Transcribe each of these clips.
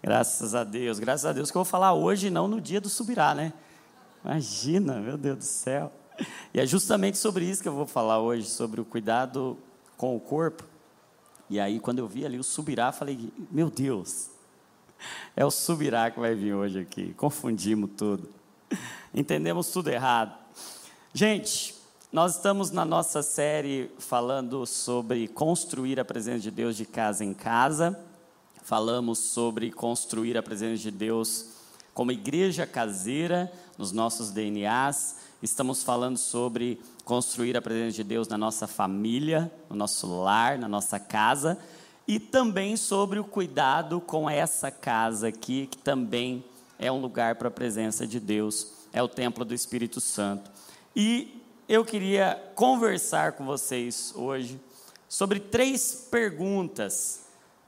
Graças a Deus que eu vou falar hoje, não no dia do Subirá, né? Imagina, meu Deus do céu. E é justamente sobre isso que eu vou falar hoje, sobre o cuidado com o corpo. E aí, quando eu vi ali o Subirá, falei, meu Deus, é o Subirá que vai vir hoje aqui. Confundimos tudo. Entendemos tudo errado. Gente, nós estamos na nossa série falando sobre construir a presença de Deus de casa em casa. Falamos sobre construir a presença de Deus como igreja caseira nos nossos DNAs. Estamos falando sobre construir a presença de Deus na nossa família, no nosso lar, na nossa casa. E também sobre o cuidado com essa casa aqui, que também é um lugar para a presença de Deus. É o templo do Espírito Santo. E eu queria conversar com vocês hoje sobre 3 perguntas.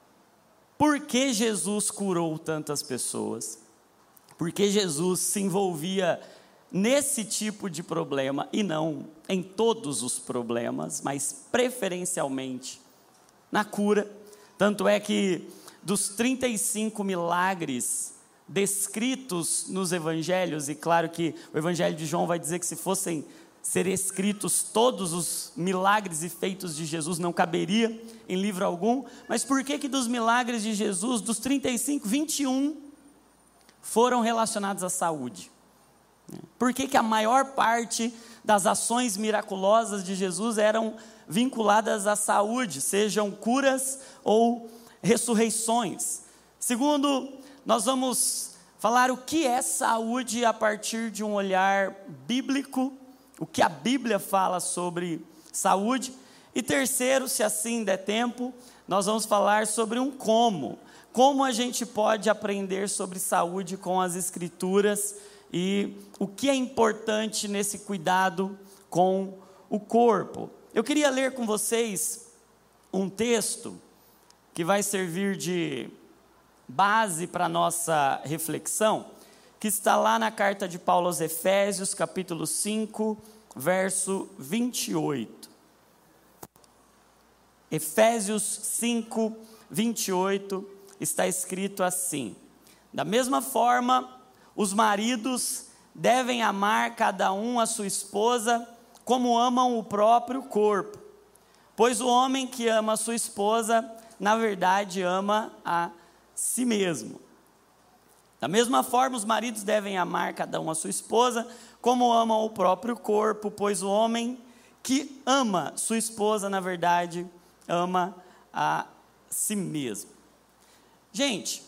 Por que Jesus curou tantas pessoas? Por que Jesus se envolvia nesse tipo de problema e não em todos os problemas, mas preferencialmente na cura? Tanto é que dos 35 milagres descritos nos evangelhos, e claro que o evangelho de João vai dizer que se fossem ser escritos todos os milagres e feitos de Jesus, não caberia em livro algum. Mas por que dos milagres de Jesus, dos 35, 21 foram relacionados à saúde? Por que a maior parte das ações miraculosas de Jesus eram vinculadas à saúde, sejam curas ou ressurreições? Segundo, nós vamos falar o que é saúde a partir de um olhar bíblico, o que a Bíblia fala sobre saúde. E terceiro, se assim der tempo, nós vamos falar sobre um como a gente pode aprender sobre saúde com as Escrituras e o que é importante nesse cuidado com o corpo. Eu queria ler com vocês um texto que vai servir de base para a nossa reflexão, que está lá na carta de Paulo aos Efésios, capítulo 5, verso 28. Efésios 5, 28, está escrito assim: da mesma forma, os maridos devem amar cada um a sua esposa, como amam o próprio corpo. Pois o homem que ama a sua esposa, na verdade, ama a si mesmo. Da mesma forma, os maridos devem amar cada um a sua esposa, como amam o próprio corpo, pois o homem que ama sua esposa, na verdade, ama a si mesmo. Gente,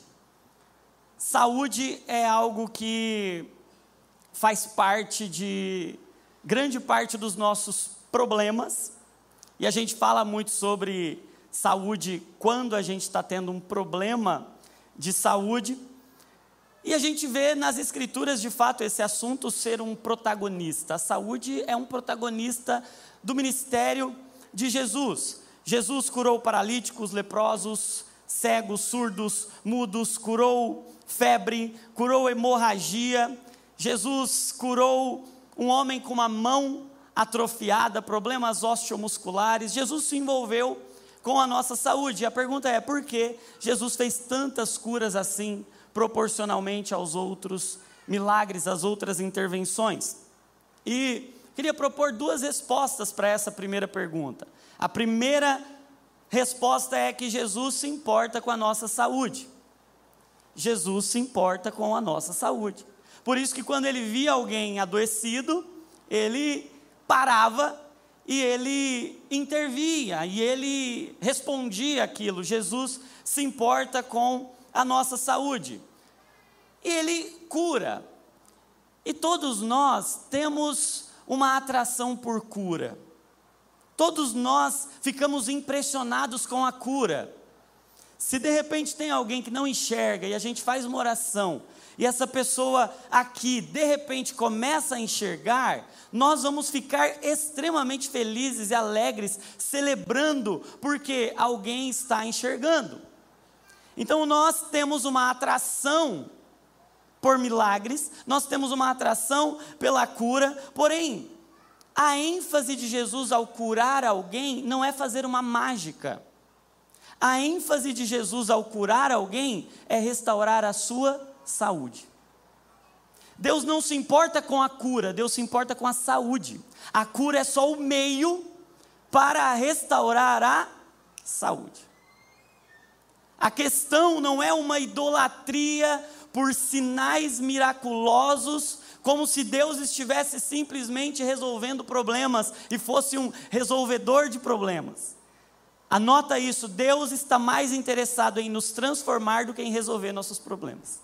saúde é algo que faz parte de grande parte dos nossos problemas, e a gente fala muito sobre saúde quando a gente está tendo um problema de saúde. E a gente vê nas Escrituras, de fato, esse assunto ser um protagonista. A saúde é um protagonista do ministério de Jesus. Jesus curou paralíticos, leprosos, cegos, surdos, mudos, curou febre, curou hemorragia. Jesus curou um homem com uma mão atrofiada, problemas osteomusculares. Jesus se envolveu com a nossa saúde. E a pergunta é, por que Jesus fez tantas curas assim, proporcionalmente aos outros milagres, às outras intervenções? E queria propor 2 respostas para essa primeira pergunta. A primeira resposta é que Jesus se importa com a nossa saúde. Jesus se importa com a nossa saúde. Por isso que quando ele via alguém adoecido, ele parava e ele intervia, e ele respondia aquilo. Jesus se importa com a nossa saúde. E ele cura. E todos nós temos uma atração por cura. Todos nós ficamos impressionados com a cura. Se de repente tem alguém que não enxerga e a gente faz uma oração e essa pessoa aqui de repente começa a enxergar, nós vamos ficar extremamente felizes e alegres, celebrando porque alguém está enxergando. Então nós temos uma atração por milagres, nós temos uma atração pela cura, porém, a ênfase de Jesus ao curar alguém não é fazer uma mágica. a ênfase de Jesus ao curar alguém é restaurar a sua saúde. Deus não se importa com a cura, Deus se importa com a saúde. A cura é só o meio para restaurar a saúde. A questão não é uma idolatria por sinais miraculosos, como se Deus estivesse simplesmente resolvendo problemas e fosse um resolvedor de problemas. Anota isso, Deus está mais interessado em nos transformar do que em resolver nossos problemas.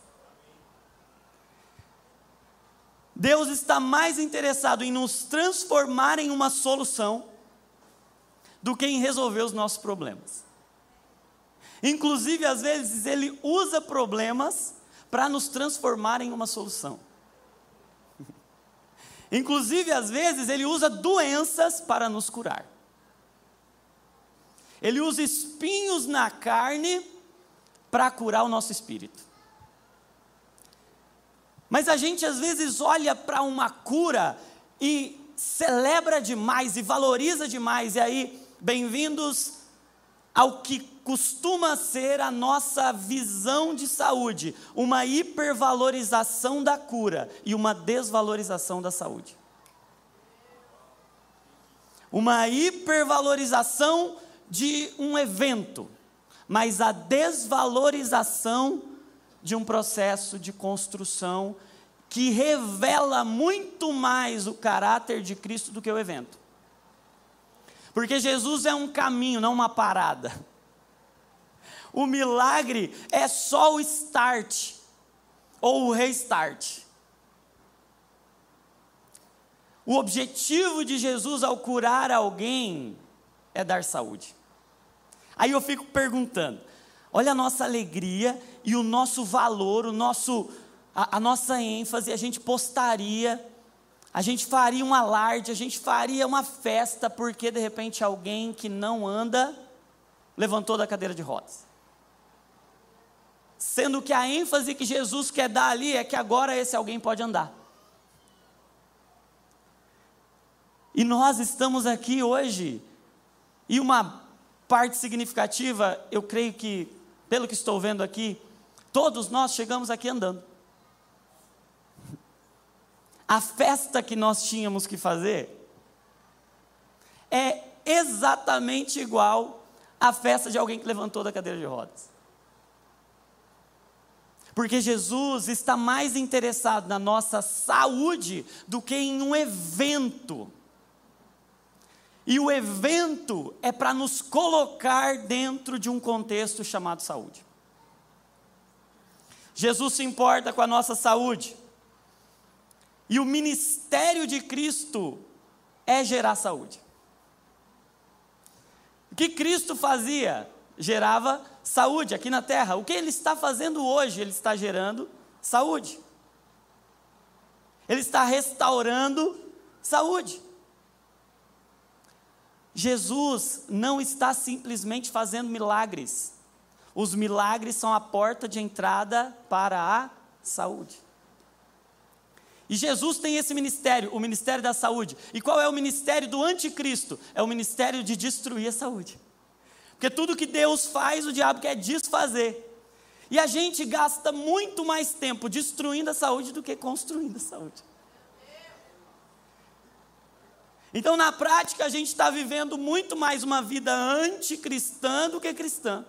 Deus está mais interessado em nos transformar em uma solução do que em resolver os nossos problemas. Inclusive, às vezes, Ele usa problemas para nos transformar em uma solução. Inclusive, às vezes, Ele usa doenças para nos curar. Ele usa espinhos na carne para curar o nosso espírito. Mas a gente às vezes olha para uma cura e celebra demais e valoriza demais. E aí, bem-vindos ao que costuma ser a nossa visão de saúde. Uma hipervalorização da cura e uma desvalorização da saúde. Uma hipervalorização de um evento, mas a desvalorização de um processo de construção que revela muito mais o caráter de Cristo do que o evento. Porque Jesus é um caminho, não uma parada. O milagre é só o start, ou o restart. O objetivo de Jesus ao curar alguém é dar saúde. Aí eu fico perguntando, olha a nossa alegria e o nosso valor, a nossa ênfase, a gente postaria, a gente faria um alarde, a gente faria uma festa, porque de repente alguém que não anda, levantou da cadeira de rodas. Sendo que a ênfase que Jesus quer dar ali, é que agora esse alguém pode andar. E nós estamos aqui hoje, e uma parte significativa, eu creio que, pelo que estou vendo aqui, todos nós chegamos aqui andando. A festa que nós tínhamos que fazer é exatamente igual à festa de alguém que levantou da cadeira de rodas. Porque Jesus está mais interessado na nossa saúde do que em um evento. E o evento é para nos colocar dentro de um contexto chamado saúde. Jesus se importa com a nossa saúde. E o ministério de Cristo é gerar saúde. O que Cristo fazia? Gerava saúde aqui na terra. O que Ele está fazendo hoje? Ele está gerando saúde. Ele está restaurando saúde. Jesus não está simplesmente fazendo milagres. Os milagres são a porta de entrada para a saúde. E Jesus tem esse ministério, o ministério da saúde. E qual é o ministério do anticristo? É o ministério de destruir a saúde. Porque tudo que Deus faz, o diabo quer desfazer. E a gente gasta muito mais tempo destruindo a saúde do que construindo a saúde. Então, na prática, a gente está vivendo muito mais uma vida anticristã do que cristã.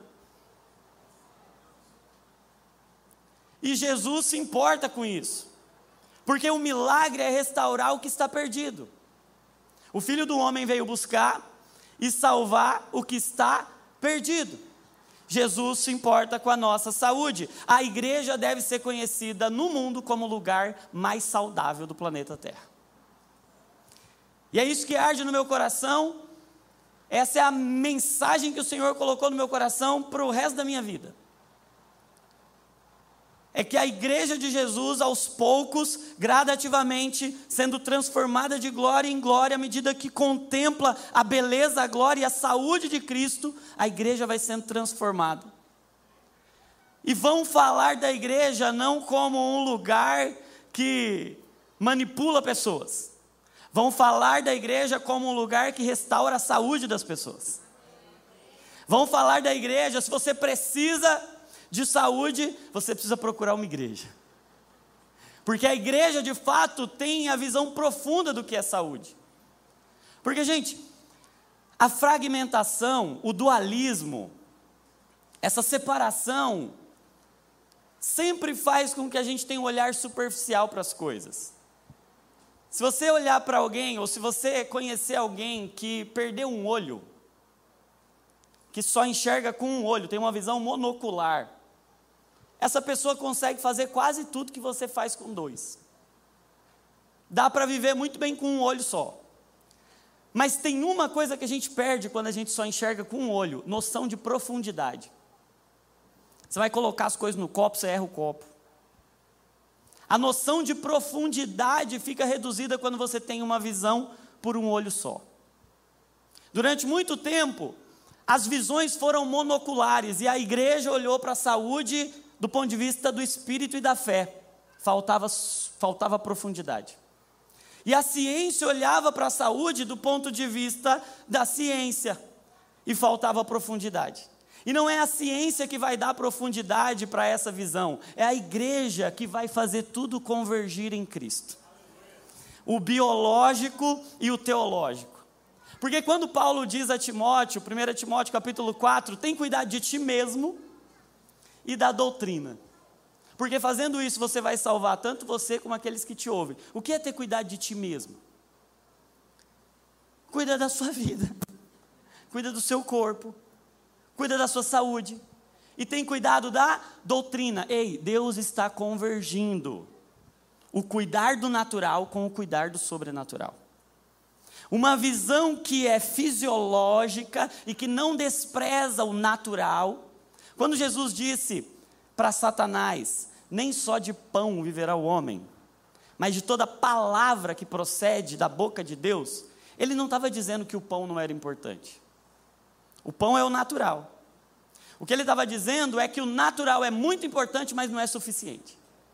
E Jesus se importa com isso. Porque o milagre é restaurar o que está perdido. O Filho do Homem veio buscar e salvar o que está perdido. Jesus se importa com a nossa saúde. A igreja deve ser conhecida no mundo como o lugar mais saudável do planeta Terra. E é isso que arde no meu coração. Essa é a mensagem que o Senhor colocou no meu coração para o resto da minha vida. É que a igreja de Jesus, aos poucos, gradativamente, sendo transformada de glória em glória, à medida que contempla a beleza, a glória e a saúde de Cristo, a igreja vai sendo transformada. E vão falar da igreja não como um lugar que manipula pessoas. Vão falar da igreja como um lugar que restaura a saúde das pessoas. Vão falar da igreja. Se você precisa de saúde, você precisa procurar uma igreja. Porque a igreja, de fato, tem a visão profunda do que é saúde. Porque, gente, a fragmentação, o dualismo, essa separação, sempre faz com que a gente tenha um olhar superficial para as coisas. Se você olhar para alguém, ou se você conhecer alguém que perdeu um olho, que só enxerga com um olho, tem uma visão monocular, essa pessoa consegue fazer quase tudo que você faz com dois. Dá para viver muito bem com um olho só. Mas tem uma coisa que a gente perde quando a gente só enxerga com um olho: noção de profundidade. Você vai colocar as coisas no copo, você erra o copo. A noção de profundidade fica reduzida quando você tem uma visão por um olho só. Durante muito tempo, as visões foram monoculares, e a igreja olhou para a saúde do ponto de vista do espírito e da fé. Faltava profundidade. E a ciência olhava para a saúde do ponto de vista da ciência, e faltava profundidade. E não é a ciência que vai dar profundidade para essa visão, é a igreja que vai fazer tudo convergir em Cristo. O biológico e o teológico. Porque quando Paulo diz a Timóteo, 1 Timóteo capítulo 4, tem cuidado de ti mesmo e da doutrina. Porque fazendo isso você vai salvar tanto você como aqueles que te ouvem. O que é ter cuidado de ti mesmo? Cuida da sua vida, cuida do seu corpo, cuida da sua saúde, e tem cuidado da doutrina. Ei, Deus está convergindo o cuidar do natural com o cuidar do sobrenatural. Uma visão que é fisiológica e que não despreza o natural. Quando Jesus disse para Satanás: nem só de pão viverá o homem, mas de toda palavra que procede da boca de Deus, ele não estava dizendo que o pão não era importante. O pão é o natural. O que ele estava dizendo é que o natural é muito importante, mas não é suficiente.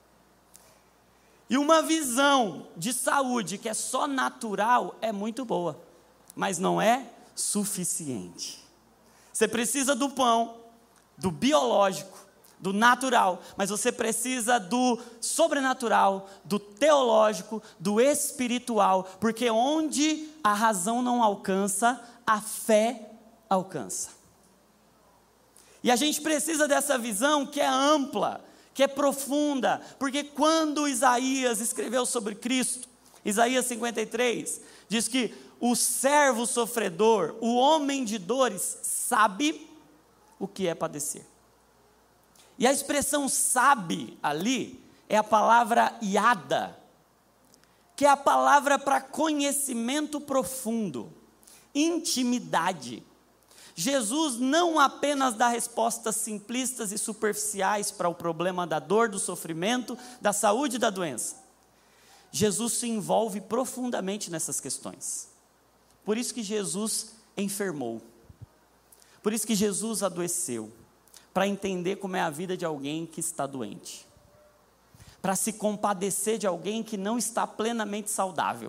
E uma visão de saúde que é só natural é muito boa, mas não é suficiente. Você precisa do pão, do biológico, do natural, mas você precisa do sobrenatural, do teológico, do espiritual, porque onde a razão não alcança, a fé alcança. E a gente precisa dessa visão que é ampla, que é profunda, porque quando Isaías escreveu sobre Cristo, Isaías 53, diz que o servo sofredor, o homem de dores, sabe o que é padecer. E a expressão sabe ali é a palavra iada, que é a palavra para conhecimento profundo, intimidade. Jesus não apenas dá respostas simplistas e superficiais para o problema da dor, do sofrimento, da saúde e da doença. Jesus se envolve profundamente nessas questões. Por isso que Jesus enfermou. Por isso que Jesus adoeceu. Para entender como é a vida de alguém que está doente. Para se compadecer de alguém que não está plenamente saudável.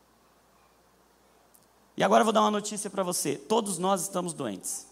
E agora eu vou dar uma notícia para você: todos nós estamos doentes.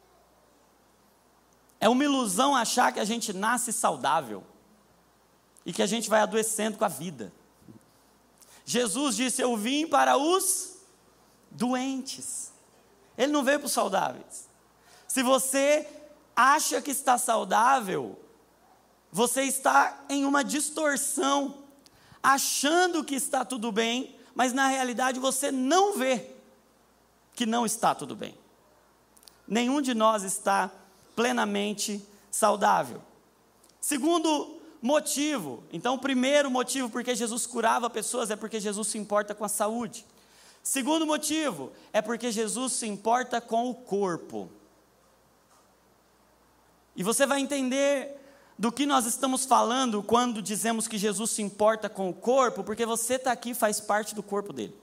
É uma ilusão achar que a gente nasce saudável e que a gente vai adoecendo com a vida. Jesus disse: eu vim para os doentes. Ele não veio para os saudáveis. Se você acha que está saudável, você está em uma distorção, achando que está tudo bem, mas na realidade você não vê que não está tudo bem. Nenhum de nós está plenamente saudável. Segundo motivo, então o primeiro motivo porque Jesus curava pessoas é porque Jesus se importa com a saúde. Segundo motivo é porque Jesus se importa com o corpo. E você vai entender do que nós estamos falando quando dizemos que Jesus se importa com o corpo, porque você está aqui e faz parte do corpo dele.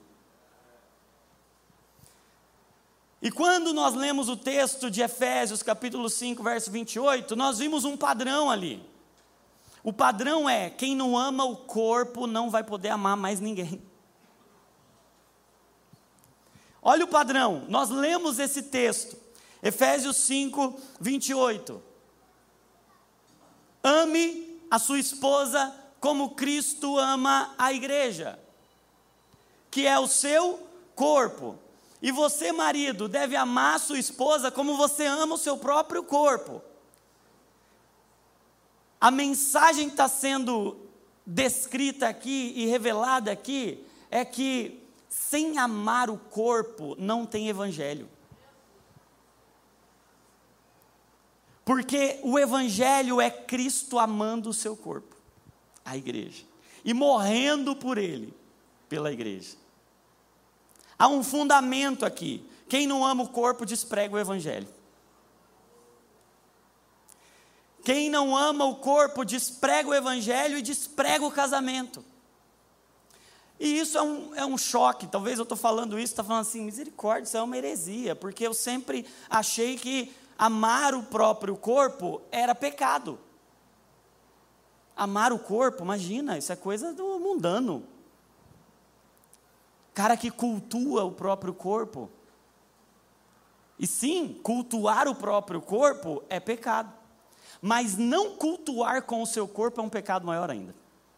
E quando nós lemos o texto de Efésios, capítulo 5, verso 28, nós vimos um padrão ali. O padrão é: quem não ama o corpo não vai poder amar mais ninguém. Olha o padrão, nós lemos esse texto, Efésios 5, 28. Ame a sua esposa como Cristo ama a igreja, que é o seu corpo. E você, marido, deve amar a sua esposa como você ama o seu próprio corpo. A mensagem que está sendo descrita aqui e revelada aqui é que sem amar o corpo não tem evangelho. Porque o evangelho é Cristo amando o seu corpo, a igreja, e morrendo por ele, pela igreja. Há um fundamento aqui: quem não ama o corpo desprega o evangelho. Quem não ama o corpo desprega o evangelho e desprega o casamento. E isso é um choque. Talvez eu estou falando isso, está falando assim, misericórdia, isso é uma heresia, porque eu sempre achei que amar o próprio corpo era pecado. Amar o corpo, imagina, isso é coisa do mundano. Cara que cultua o próprio corpo. E sim, cultuar o próprio corpo é pecado. Mas não cultuar com o seu corpo é um pecado maior ainda.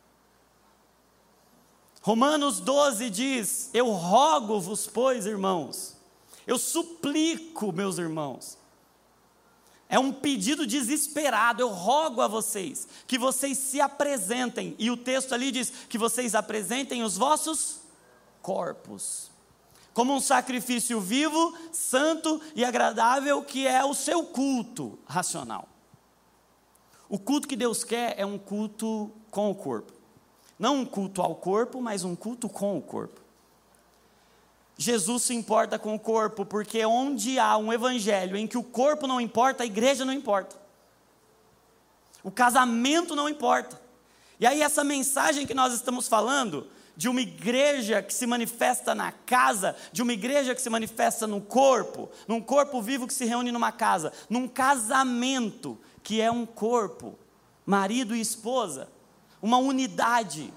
Romanos 12 diz: eu rogo-vos, pois, irmãos, eu suplico, meus irmãos. É um pedido desesperado, eu rogo a vocês, que vocês se apresentem. E o texto ali diz que vocês apresentem os vossos corpos como um sacrifício vivo, santo e agradável, que é o seu culto racional. O culto que Deus quer é um culto com o corpo. Não um culto ao corpo, mas um culto com o corpo. Jesus se importa com o corpo, porque onde há um evangelho em que o corpo não importa, a igreja não importa. O casamento não importa. E aí essa mensagem que nós estamos falando, de uma igreja que se manifesta na casa, de uma igreja que se manifesta no corpo, num corpo vivo que se reúne numa casa, num casamento que é um corpo, marido e esposa, uma unidade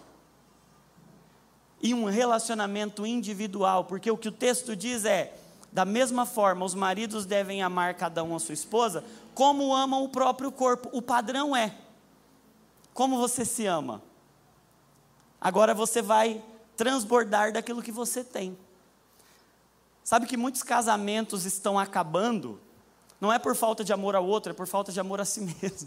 e um relacionamento individual, porque o que o texto diz é: da mesma forma, os maridos devem amar cada um a sua esposa, como amam o próprio corpo. O padrão é: como você se ama? Agora você vai transbordar daquilo que você tem. Sabe que muitos casamentos estão acabando, não é por falta de amor ao outro, é por falta de amor a si mesmo.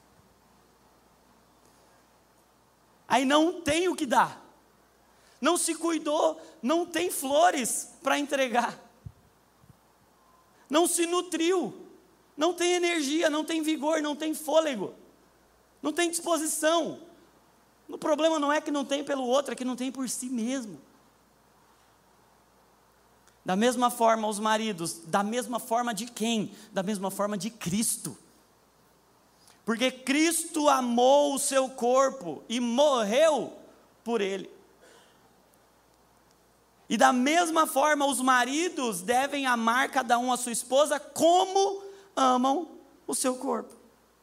Aí não tem o que dar. Não se cuidou, não tem flores para entregar. Não se nutriu, não tem energia, não tem vigor, não tem fôlego, não tem disposição. O problema não é que não tem pelo outro, é que não tem por si mesmo. Da mesma forma os maridos, da mesma forma de quem? Da mesma forma de Cristo. Porque Cristo amou o seu corpo e morreu por ele. E da mesma forma os maridos devem amar cada um a sua esposa como amam o seu corpo.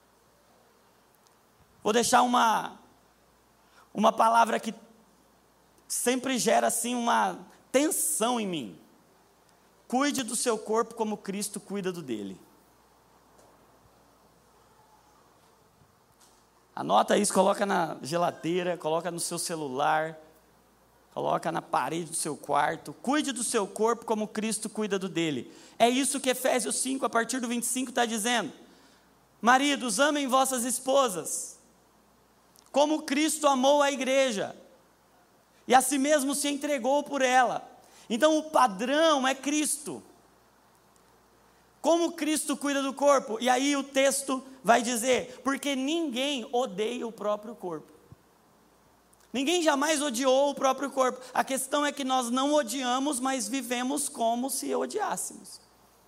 Vou deixar uma palavra que sempre gera assim uma tensão em mim. Cuide do seu corpo como Cristo cuida do dele. Anota isso, coloca na geladeira, coloca no seu celular, coloca na parede do seu quarto. Cuide do seu corpo como Cristo cuida do dele. É isso que Efésios 5, a partir do 25, está dizendo. Maridos, amem vossas esposas, como Cristo amou a igreja, e a si mesmo se entregou por ela. Então o padrão é Cristo. Como Cristo cuida do corpo? E aí o texto vai dizer: porque ninguém odeia o próprio corpo. Ninguém jamais odiou o próprio corpo. A questão é que nós não odiamos, mas vivemos como se odiássemos.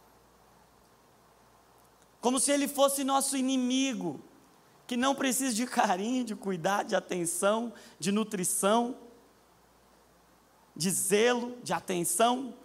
Como se ele fosse nosso inimigo, que não precisa de carinho, de cuidado, de atenção, de nutrição, de zelo, de atenção.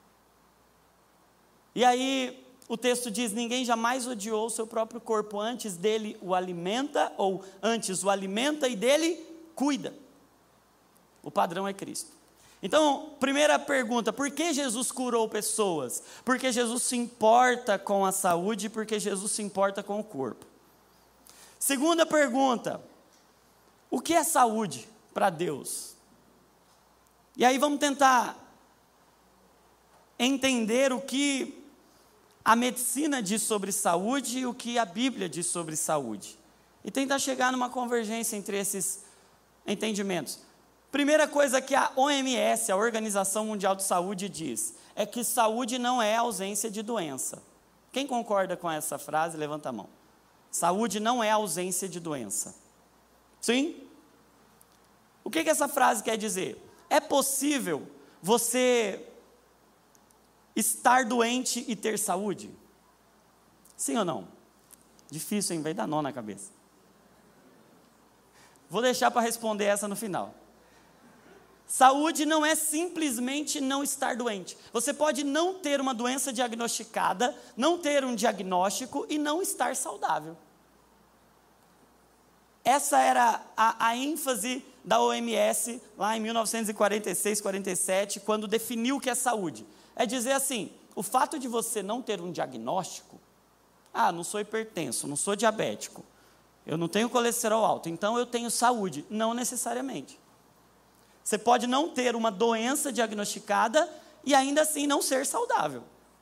E aí o texto diz: ninguém jamais odiou o seu próprio corpo, antes dele o alimenta, e dele cuida. O padrão é Cristo. Então, primeira pergunta, por que Jesus curou pessoas? Porque Jesus se importa com a saúde, porque Jesus se importa com o corpo. Segunda pergunta, o que é saúde para Deus? E aí vamos tentar entender o que a medicina diz sobre saúde e o que a Bíblia diz sobre saúde. E tentar chegar numa convergência entre esses entendimentos. Primeira coisa que a OMS, a Organização Mundial de Saúde, diz, é que saúde não é ausência de doença. Quem concorda com essa frase, levanta a mão. Saúde não é ausência de doença. Sim? O que essa frase quer dizer? É possível você estar doente e ter saúde? Sim ou não? Difícil, hein? Vai dar nó na cabeça. Vou deixar para responder essa no final. Saúde não é simplesmente não estar doente. Você pode não ter uma doença diagnosticada, não ter um diagnóstico e não estar saudável. Essa era a ênfase da OMS lá em 1946, 47, quando definiu o que é saúde. É dizer assim, o fato de você não ter um diagnóstico, não sou hipertenso, não sou diabético, eu não tenho colesterol alto, então eu tenho saúde. Não necessariamente. Você pode não ter uma doença diagnosticada e ainda assim não ser saudável.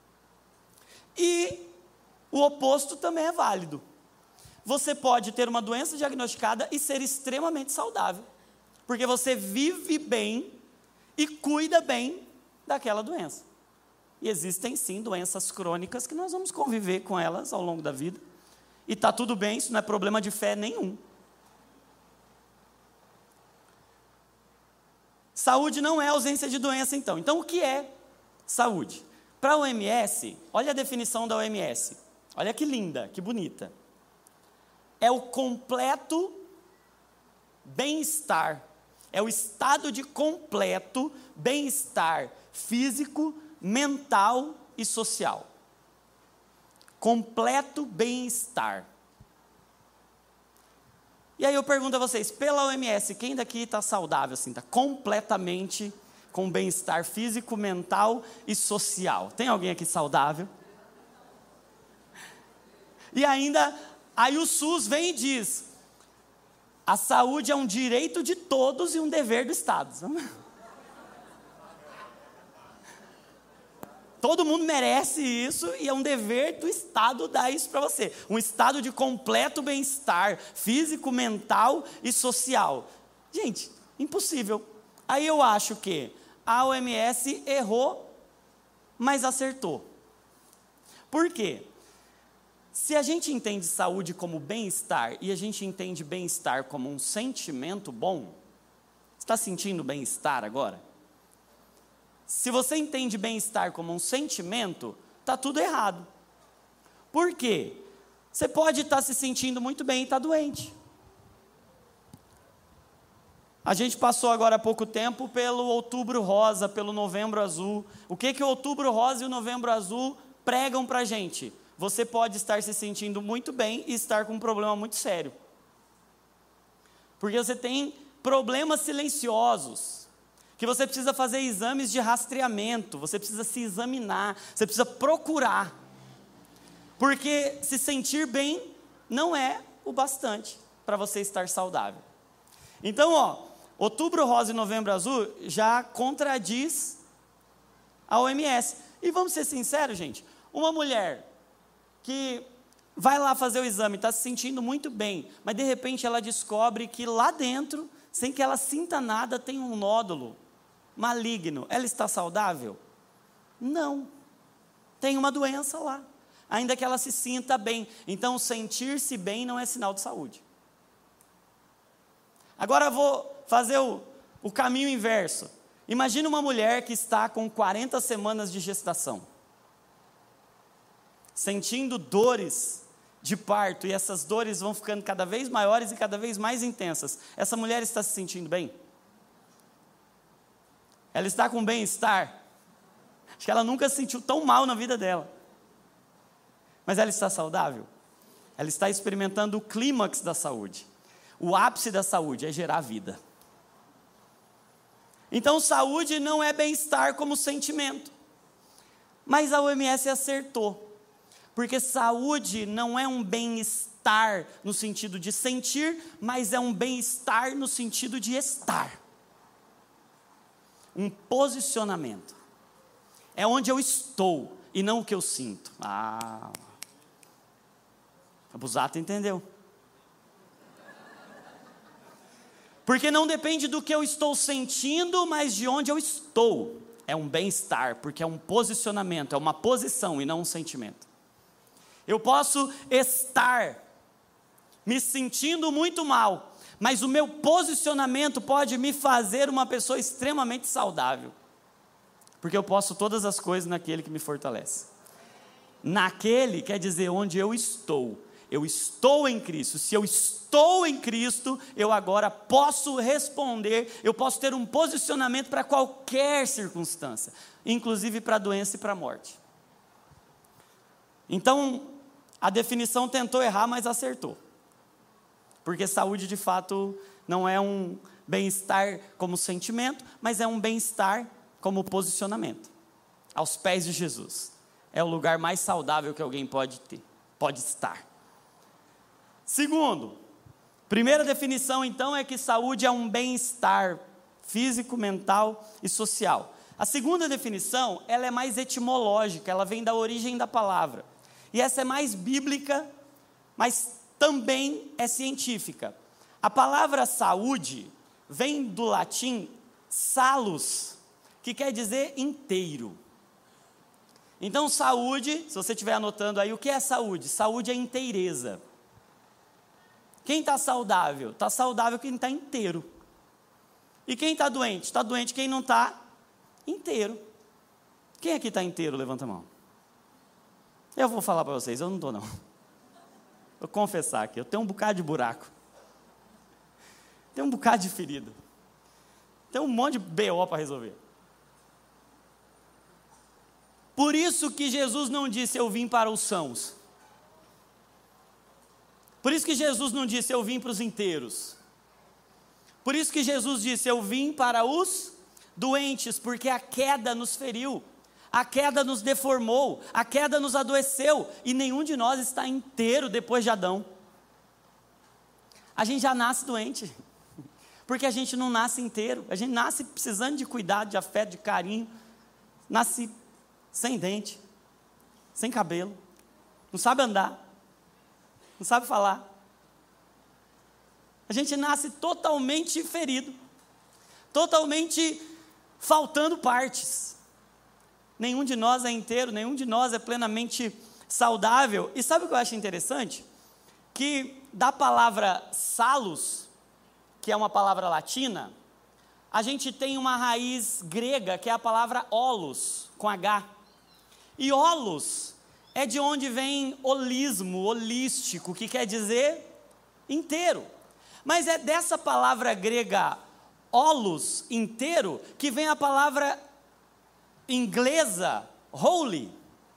E o oposto também é válido. Você pode ter uma doença diagnosticada e ser extremamente saudável, porque você vive bem e cuida bem daquela doença. E existem sim doenças crônicas que nós vamos conviver com elas ao longo da vida. E está tudo bem, isso não é problema de fé nenhum. Saúde não é ausência de doença, então. Então, o que é saúde? Para a OMS, olha a definição da OMS. Olha que linda, que bonita. É o completo bem-estar. É o estado de completo bem-estar físico, mental e social. Completo bem-estar. E aí eu pergunto a vocês, pela OMS, quem daqui está saudável, assim, está completamente com bem-estar físico, mental e social? Tem alguém aqui saudável? E ainda, aí o SUS vem e diz, a saúde é um direito de todos e um dever do Estado. Todo mundo merece isso e é um dever do Estado dar isso para você. Um estado de completo bem-estar físico, mental e social. Gente, impossível. Aí eu acho que a OMS errou, mas acertou. Por quê? Se a gente entende saúde como bem-estar e a gente entende bem-estar como um sentimento bom, você está sentindo bem-estar agora? Se você entende bem-estar como um sentimento, está tudo errado. Por quê? Você pode estar se sentindo muito bem e estar doente. A gente passou agora há pouco tempo pelo Outubro Rosa, pelo Novembro Azul. O que o Outubro Rosa e o Novembro Azul pregam para a gente? Você pode estar se sentindo muito bem e estar com um problema muito sério. Porque você tem problemas silenciosos, que você precisa fazer exames de rastreamento, você precisa se examinar, você precisa procurar. Porque se sentir bem não é o bastante para você estar saudável. Então, Outubro Rosa e Novembro Azul já contradiz a OMS. E vamos ser sinceros, gente, uma mulher que vai lá fazer o exame, está se sentindo muito bem, mas de repente ela descobre que lá dentro, sem que ela sinta nada, tem um nódulo maligno. Ela está saudável? Não. Tem uma doença lá, ainda que ela se sinta bem. Então, sentir-se bem não é sinal de saúde. Agora eu vou fazer o caminho inverso. Imagina uma mulher que está com 40 semanas de gestação, sentindo dores de parto, e essas dores vão ficando cada vez maiores e cada vez mais intensas. Essa mulher está se sentindo bem? Ela está com bem-estar? Acho que ela nunca se sentiu tão mal na vida dela. Mas ela está saudável? Ela está experimentando o clímax da saúde. O ápice da saúde é gerar vida. Então, saúde não é bem-estar como sentimento. Mas a OMS acertou, porque saúde não é um bem-estar no sentido de sentir, mas é um bem-estar no sentido de estar. Um posicionamento. É onde eu estou e não o que eu sinto. A Busato entendeu. Porque não depende do que eu estou sentindo, mas de onde eu estou. É um bem-estar, porque é um posicionamento, é uma posição e não um sentimento. Eu posso estar me sentindo muito mal, mas o meu posicionamento pode me fazer uma pessoa extremamente saudável. Porque eu posso todas as coisas naquele que me fortalece. Naquele quer dizer onde eu estou. Eu estou em Cristo. Se eu estou em Cristo, eu agora posso responder, eu posso ter um posicionamento para qualquer circunstância, inclusive para a doença e para a morte. Então, a definição tentou errar, mas acertou. Porque saúde, de fato, não é um bem-estar como sentimento, mas é um bem-estar como posicionamento. Aos pés de Jesus. É o lugar mais saudável que alguém pode ter, pode estar. Segundo, primeira definição, então, é que saúde é um bem-estar físico, mental e social. A segunda definição, ela é mais etimológica, ela vem da origem da palavra. E essa é mais bíblica, mas também é científica. A palavra saúde vem do latim salus, que quer dizer inteiro. Então, saúde, se você estiver anotando aí, o que é saúde? Saúde é inteireza. Quem está saudável? Está saudável quem está inteiro. E quem está doente? Está doente quem não está inteiro. Quem aqui está inteiro? Levanta a mão. Eu vou falar para vocês, eu não estou não. Vou confessar aqui, eu tenho um bocado de buraco. Tenho um bocado de ferida. Tenho um monte de BO para resolver. Por isso que Jesus não disse, eu vim para os sãos. Por isso que Jesus não disse, eu vim para os inteiros. Por isso que Jesus disse, eu vim para os doentes, porque a queda nos feriu, a queda nos deformou, a queda nos adoeceu, e nenhum de nós está inteiro depois de Adão. A gente já nasce doente, porque a gente não nasce inteiro, a gente nasce precisando de cuidado, de afeto, de carinho, nasce sem dente, sem cabelo, não sabe andar, não sabe falar. A gente nasce totalmente ferido, totalmente faltando partes. Nenhum de nós é inteiro, nenhum de nós é plenamente saudável. E sabe o que eu acho interessante? Que da palavra salus, que é uma palavra latina, a gente tem uma raiz grega, que é a palavra holos, com H. E holos é de onde vem holismo, holístico, que quer dizer inteiro. Mas é dessa palavra grega holos, inteiro, que vem a palavra inglesa holy.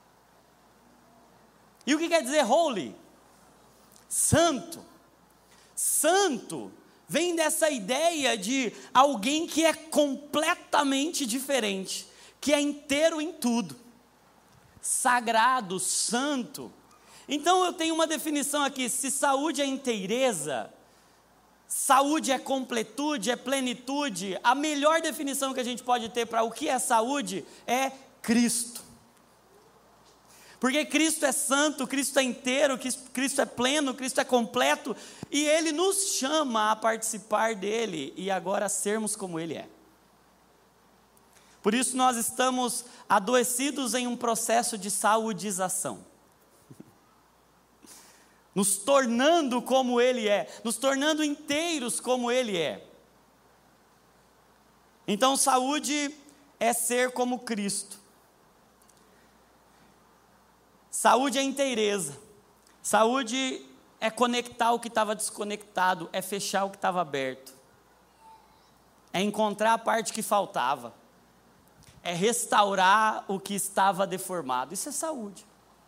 E o que quer dizer holy? Santo. Santo vem dessa ideia de alguém que é completamente diferente, que é inteiro em tudo. Sagrado, santo. Então eu tenho uma definição aqui, se saúde é inteireza, saúde é completude, é plenitude, a melhor definição que a gente pode ter para o que é saúde é Cristo. Porque Cristo é santo, Cristo é inteiro, Cristo é pleno, Cristo é completo, e Ele nos chama a participar dele, e agora sermos como Ele é. Por isso nós estamos adoecidos em um processo de saúdização. Nos tornando como Ele é, nos tornando inteiros como Ele é. Então, saúde é ser como Cristo. Saúde é inteireza. Saúde é conectar o que estava desconectado, é fechar o que estava aberto. É encontrar a parte que faltava. É restaurar o que estava deformado. Isso é saúde.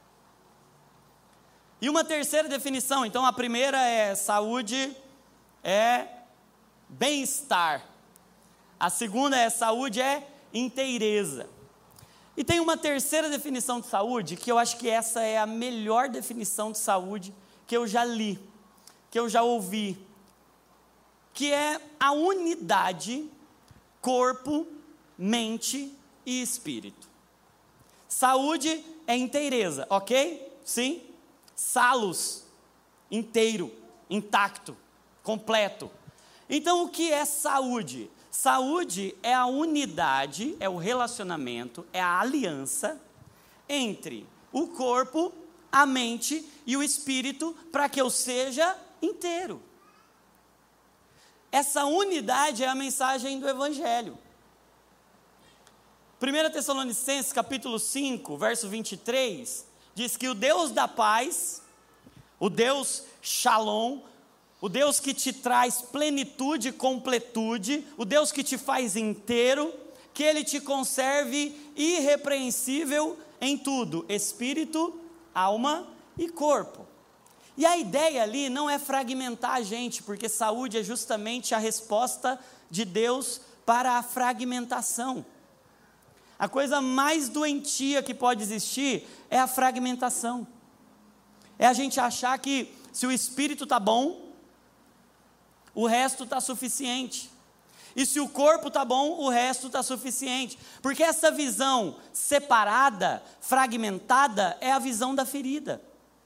E uma terceira definição, então a primeira é saúde, é bem-estar. A segunda saúde é inteireza. E tem uma terceira definição de saúde, que eu acho que essa é a melhor definição de saúde que eu já li, que eu já ouvi, que é a unidade corpo, mente e espírito. Saúde é inteireza, ok? Sim? Salus, inteiro, intacto, completo. Então, o que é saúde? Saúde é a unidade, é o relacionamento, é a aliança entre o corpo, a mente e o espírito para que eu seja inteiro. Essa unidade é a mensagem do Evangelho. 1 Tessalonicenses capítulo 5, verso 23, diz que o Deus da paz, o Deus Shalom, o Deus que te traz plenitude e completude, o Deus que te faz inteiro, que Ele te conserve irrepreensível em tudo, espírito, alma e corpo. E a ideia ali não é fragmentar a gente, porque saúde é justamente a resposta de Deus para a fragmentação. A coisa mais doentia que pode existir é a fragmentação. É a gente achar que se o espírito está bom, o resto está suficiente. E se o corpo está bom, o resto está suficiente. Porque essa visão separada, fragmentada, é a visão da ferida.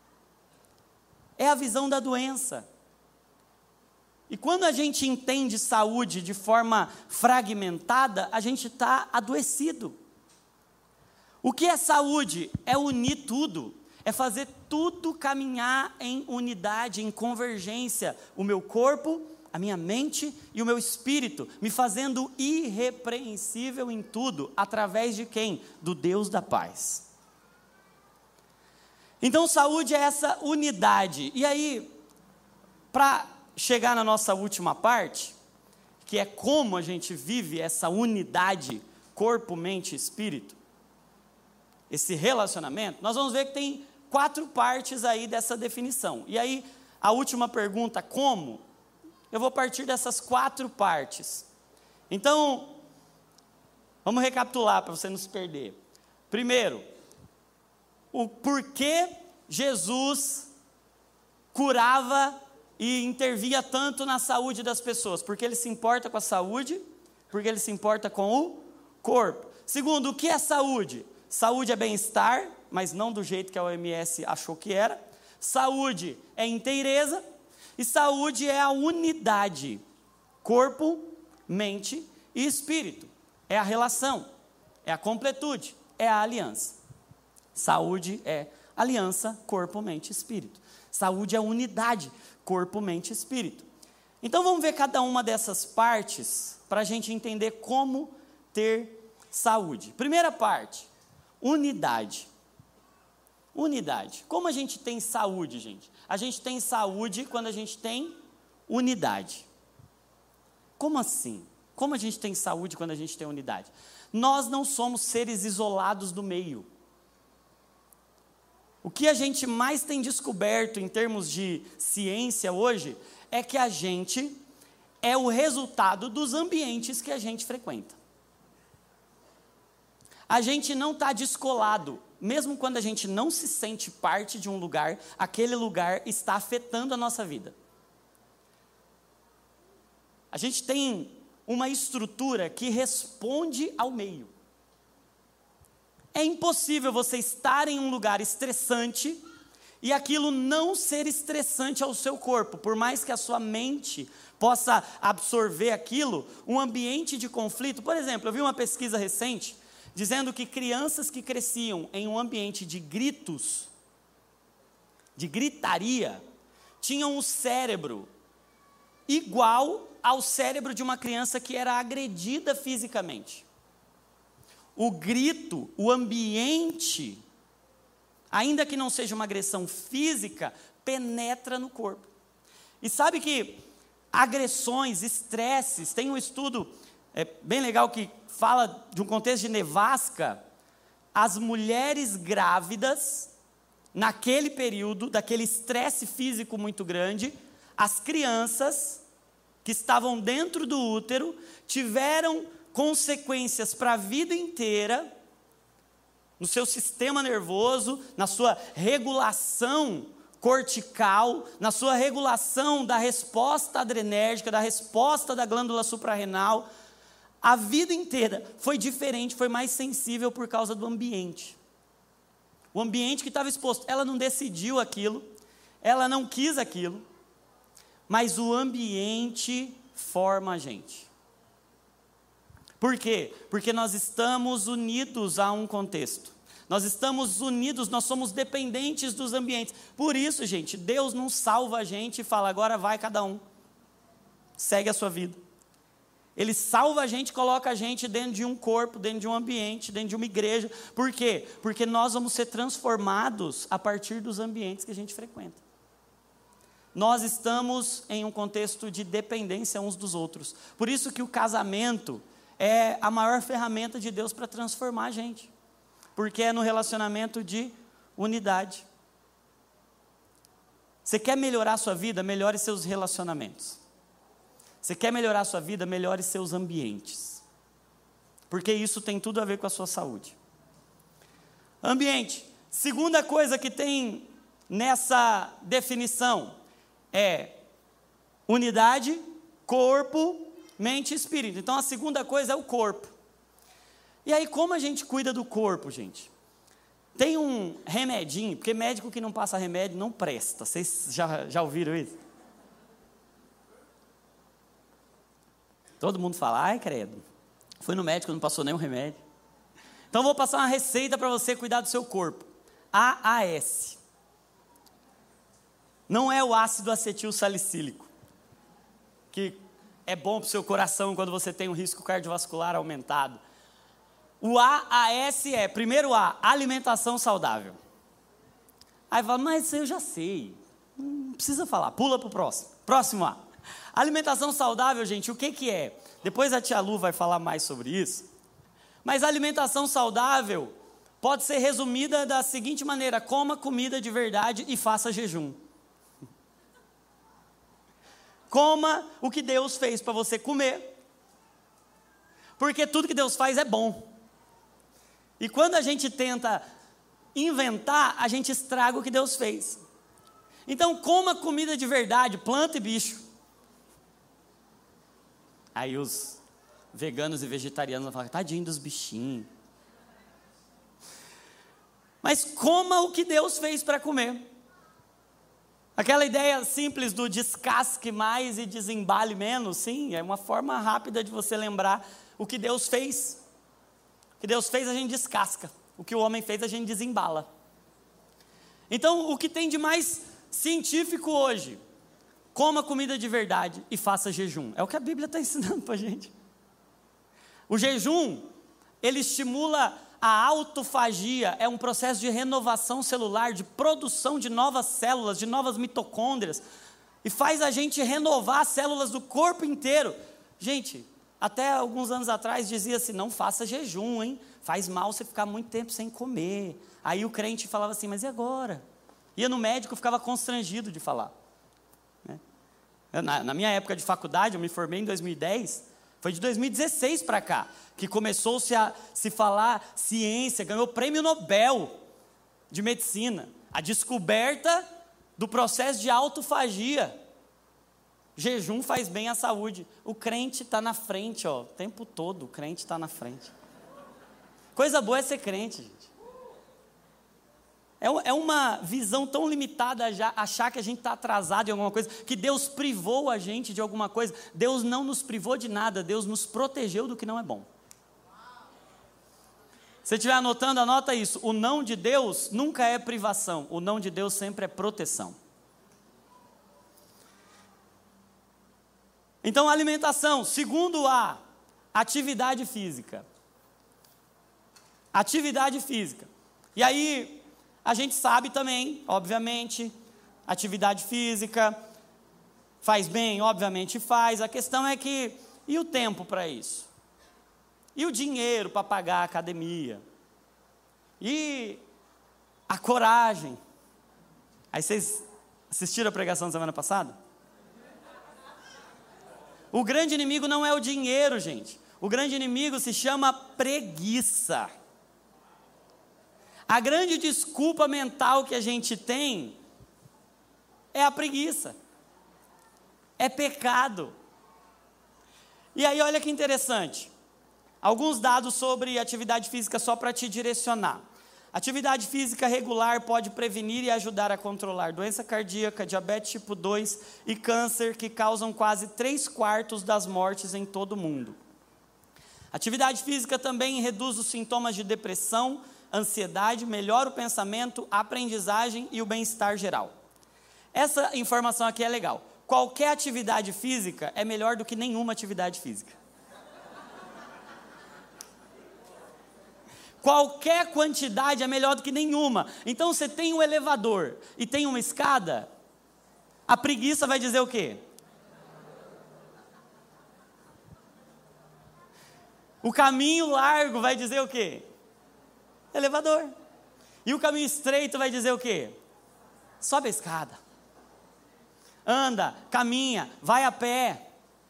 É a visão da doença. E quando a gente entende saúde de forma fragmentada, a gente está adoecido. O que é saúde? É unir tudo. É fazer tudo caminhar em unidade, em convergência. O meu corpo, a minha mente e o meu espírito, me fazendo irrepreensível em tudo, através de quem? Do Deus da paz. Então, saúde é essa unidade. E aí, para chegar na nossa última parte, que é como a gente vive essa unidade, corpo, mente e espírito, esse relacionamento, nós vamos ver que tem 4 partes aí dessa definição. E aí, a última pergunta, como? Eu vou partir dessas 4 partes. Então, vamos recapitular para você não se perder. Primeiro, o porquê Jesus curava e intervia tanto na saúde das pessoas. Porque Ele se importa com a saúde, porque Ele se importa com o corpo. Segundo, o que é saúde? Saúde é bem-estar, mas não do jeito que a OMS achou que era. Saúde é inteireza. E saúde é a unidade, corpo, mente e espírito. É a relação, é a completude, é a aliança. Saúde é aliança, corpo, mente e espírito. Saúde é unidade, corpo, mente e espírito. Então vamos ver cada uma dessas partes para a gente entender como ter saúde. Primeira parte, unidade. Unidade. Como a gente tem saúde, gente? A gente tem saúde quando a gente tem unidade. Como assim? Como a gente tem saúde quando a gente tem unidade? Nós não somos seres isolados do meio. O que a gente mais tem descoberto em termos de ciência hoje é que a gente é o resultado dos ambientes que a gente frequenta. A gente não está descolado. Mesmo quando a gente não se sente parte de um lugar, aquele lugar está afetando a nossa vida. A gente tem uma estrutura que responde ao meio. É impossível você estar em um lugar estressante e aquilo não ser estressante ao seu corpo. Por mais que a sua mente possa absorver aquilo, um ambiente de conflito. Por exemplo, eu vi uma pesquisa recente dizendo que crianças que cresciam em um ambiente de gritos, de gritaria, tinham um cérebro igual ao cérebro de uma criança que era agredida fisicamente. O grito, o ambiente, ainda que não seja uma agressão física, penetra no corpo. E sabe que agressões, estresses, tem um estudo bem legal que fala de um contexto de nevasca. As mulheres grávidas, naquele período, daquele estresse físico muito grande, as crianças que estavam dentro do útero tiveram consequências para a vida inteira, no seu sistema nervoso, na sua regulação cortical, na sua regulação da resposta adrenérgica, da resposta da glândula suprarrenal. A vida inteira foi diferente, foi mais sensível por causa do ambiente. O ambiente que estava exposto, ela não decidiu aquilo, ela não quis aquilo, mas o ambiente forma a gente. Por quê? Porque nós estamos unidos a um contexto. Nós estamos unidos, nós somos dependentes dos ambientes. Por isso, gente, Deus não salva a gente e fala, agora vai cada um, segue a sua vida. Ele salva a gente, coloca a gente dentro de um corpo, dentro de um ambiente, dentro de uma igreja. Por quê? Porque nós vamos ser transformados a partir dos ambientes que a gente frequenta. Nós estamos em um contexto de dependência uns dos outros. Por isso que o casamento é a maior ferramenta de Deus para transformar a gente. Porque é no relacionamento de unidade. Você quer melhorar a sua vida? Melhore seus relacionamentos. Você quer melhorar a sua vida? Melhore seus ambientes. Porque isso tem tudo a ver com a sua saúde. Ambiente. Segunda coisa que tem nessa definição é unidade, corpo, mente e espírito. Então a segunda coisa é o corpo. E aí como a gente cuida do corpo, gente? Tem um remedinho, porque médico que não passa remédio não presta. Vocês já ouviram isso? Todo mundo fala, ai credo, fui no médico, não passou nenhum remédio. Então eu vou passar uma receita para você cuidar do seu corpo. AAS. Não é o ácido acetil salicílico, que é bom para o seu coração quando você tem um risco cardiovascular aumentado. O AAS é, primeiro A, alimentação saudável. Aí fala, mas isso eu já sei, não precisa falar, pula para o próximo. Próximo A. Alimentação saudável, gente, o que é? Depois a tia Lu vai falar mais sobre isso. Mas a alimentação saudável pode ser resumida da seguinte maneira: coma comida de verdade e faça jejum. Coma o que Deus fez para você comer. Porque tudo que Deus faz é bom. E quando a gente tenta inventar, a gente estraga o que Deus fez. Então coma comida de verdade, planta e bicho. Aí os veganos e vegetarianos vão falar, tadinho dos bichinhos. Mas coma o que Deus fez para comer. Aquela ideia simples do descasque mais e desembale menos, sim, é uma forma rápida de você lembrar o que Deus fez. O que Deus fez a gente descasca, o que o homem fez a gente desembala. Então o que tem de mais científico hoje? Coma comida de verdade e faça jejum. É o que a Bíblia está ensinando para a gente. O jejum, ele estimula a autofagia, é um processo de renovação celular, de produção de novas células, de novas mitocôndrias, e faz a gente renovar as células do corpo inteiro. Gente, até alguns anos atrás dizia-se, não faça jejum, hein? Faz mal você ficar muito tempo sem comer. Aí o crente falava assim, mas e agora? Ia no médico, ficava constrangido de falar. Na minha época de faculdade, eu me formei em 2010, foi de 2016 para cá, que começou-se a se falar ciência, ganhou prêmio Nobel de medicina, a descoberta do processo de autofagia. Jejum faz bem à saúde. O crente está na frente, ó, o tempo todo o crente está na frente. Coisa boa é ser crente, gente. É uma visão tão limitada já achar que a gente está atrasado em alguma coisa, que Deus privou a gente de alguma coisa. Deus não nos privou de nada, Deus nos protegeu do que não é bom. Se você estiver anotando, anota isso. O não de Deus nunca é privação, o não de Deus sempre é proteção. Então, alimentação. Segundo A, atividade física. Atividade física. E aí a gente sabe também, obviamente, atividade física faz bem, obviamente faz. A questão é que, e o tempo para isso? E o dinheiro para pagar a academia? E a coragem? Aí vocês assistiram a pregação da semana passada? O grande inimigo não é o dinheiro, gente. O grande inimigo se chama preguiça. A grande desculpa mental que a gente tem é a preguiça. É pecado. E aí olha que interessante. Alguns dados sobre atividade física só para te direcionar. Atividade física regular pode prevenir e ajudar a controlar doença cardíaca, diabetes tipo 2 e câncer, que causam quase 3/4 das mortes em todo o mundo. Atividade física também reduz os sintomas de depressão, ansiedade, melhora o pensamento, a aprendizagem e o bem-estar geral. Essa informação aqui é legal. Qualquer atividade física é melhor do que nenhuma atividade física. Qualquer quantidade é melhor do que nenhuma. Então você tem um elevador e tem uma escada, a preguiça vai dizer o quê? O caminho largo vai dizer o quê? Elevador. E o caminho estreito vai dizer o quê? Sobe a escada. Anda, caminha, vai a pé.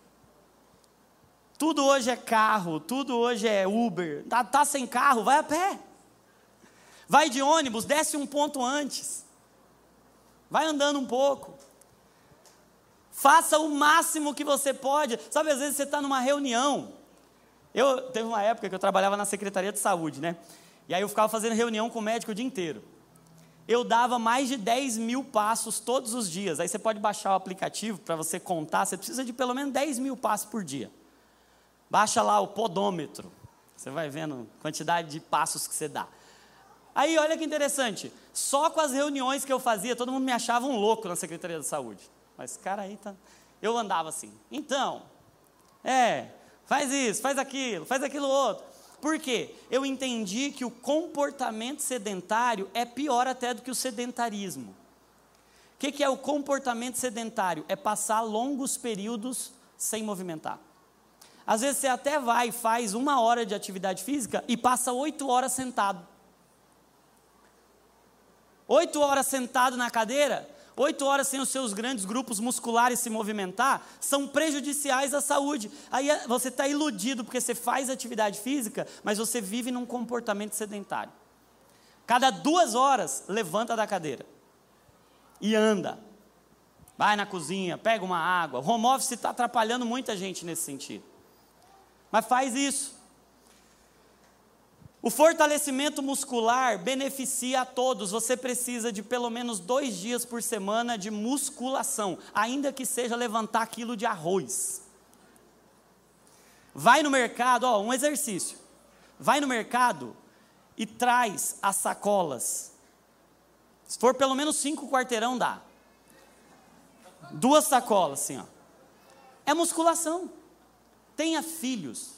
Tudo hoje é carro, tudo hoje é Uber. Tá sem carro, vai a pé. Vai de ônibus, desce um ponto antes. Vai andando um pouco. Faça o máximo que você pode. Sabe, às vezes você está numa reunião. Teve uma época que eu trabalhava na Secretaria de Saúde, né? E aí eu ficava fazendo reunião com o médico o dia inteiro. Eu dava mais de 10.000 passos todos os dias. Aí você pode baixar o aplicativo para você contar. Você precisa de pelo menos 10.000 passos por dia. Baixa lá o podômetro, você vai vendo a quantidade de passos que você dá. Aí olha que interessante, só com as reuniões que eu fazia, todo mundo me achava um louco na Secretaria de Saúde. Mas cara aí tá... Eu andava assim, então, faz isso, faz aquilo outro. Por quê? Eu entendi que o comportamento sedentário é pior até do que o sedentarismo. O que é o comportamento sedentário? É passar longos períodos sem movimentar. Às vezes você até vai e faz 1 hora de atividade física e passa 8 horas sentado. 8 horas sentado na cadeira, 8 horas sem os seus grandes grupos musculares se movimentar, são prejudiciais à saúde. Aí você está iludido porque você faz atividade física, mas você vive num comportamento sedentário. Cada 2 horas, levanta da cadeira e anda. Vai na cozinha, pega uma água. O home office está atrapalhando muita gente nesse sentido. Mas faz isso. O fortalecimento muscular beneficia a todos. Você precisa de pelo menos 2 dias por semana de musculação, ainda que seja levantar quilo de arroz. Vai no mercado, um exercício. Vai no mercado e traz as sacolas. Se for pelo menos 5 quarteirão, dá. 2 sacolas, assim, ó. É musculação. Tenha filhos.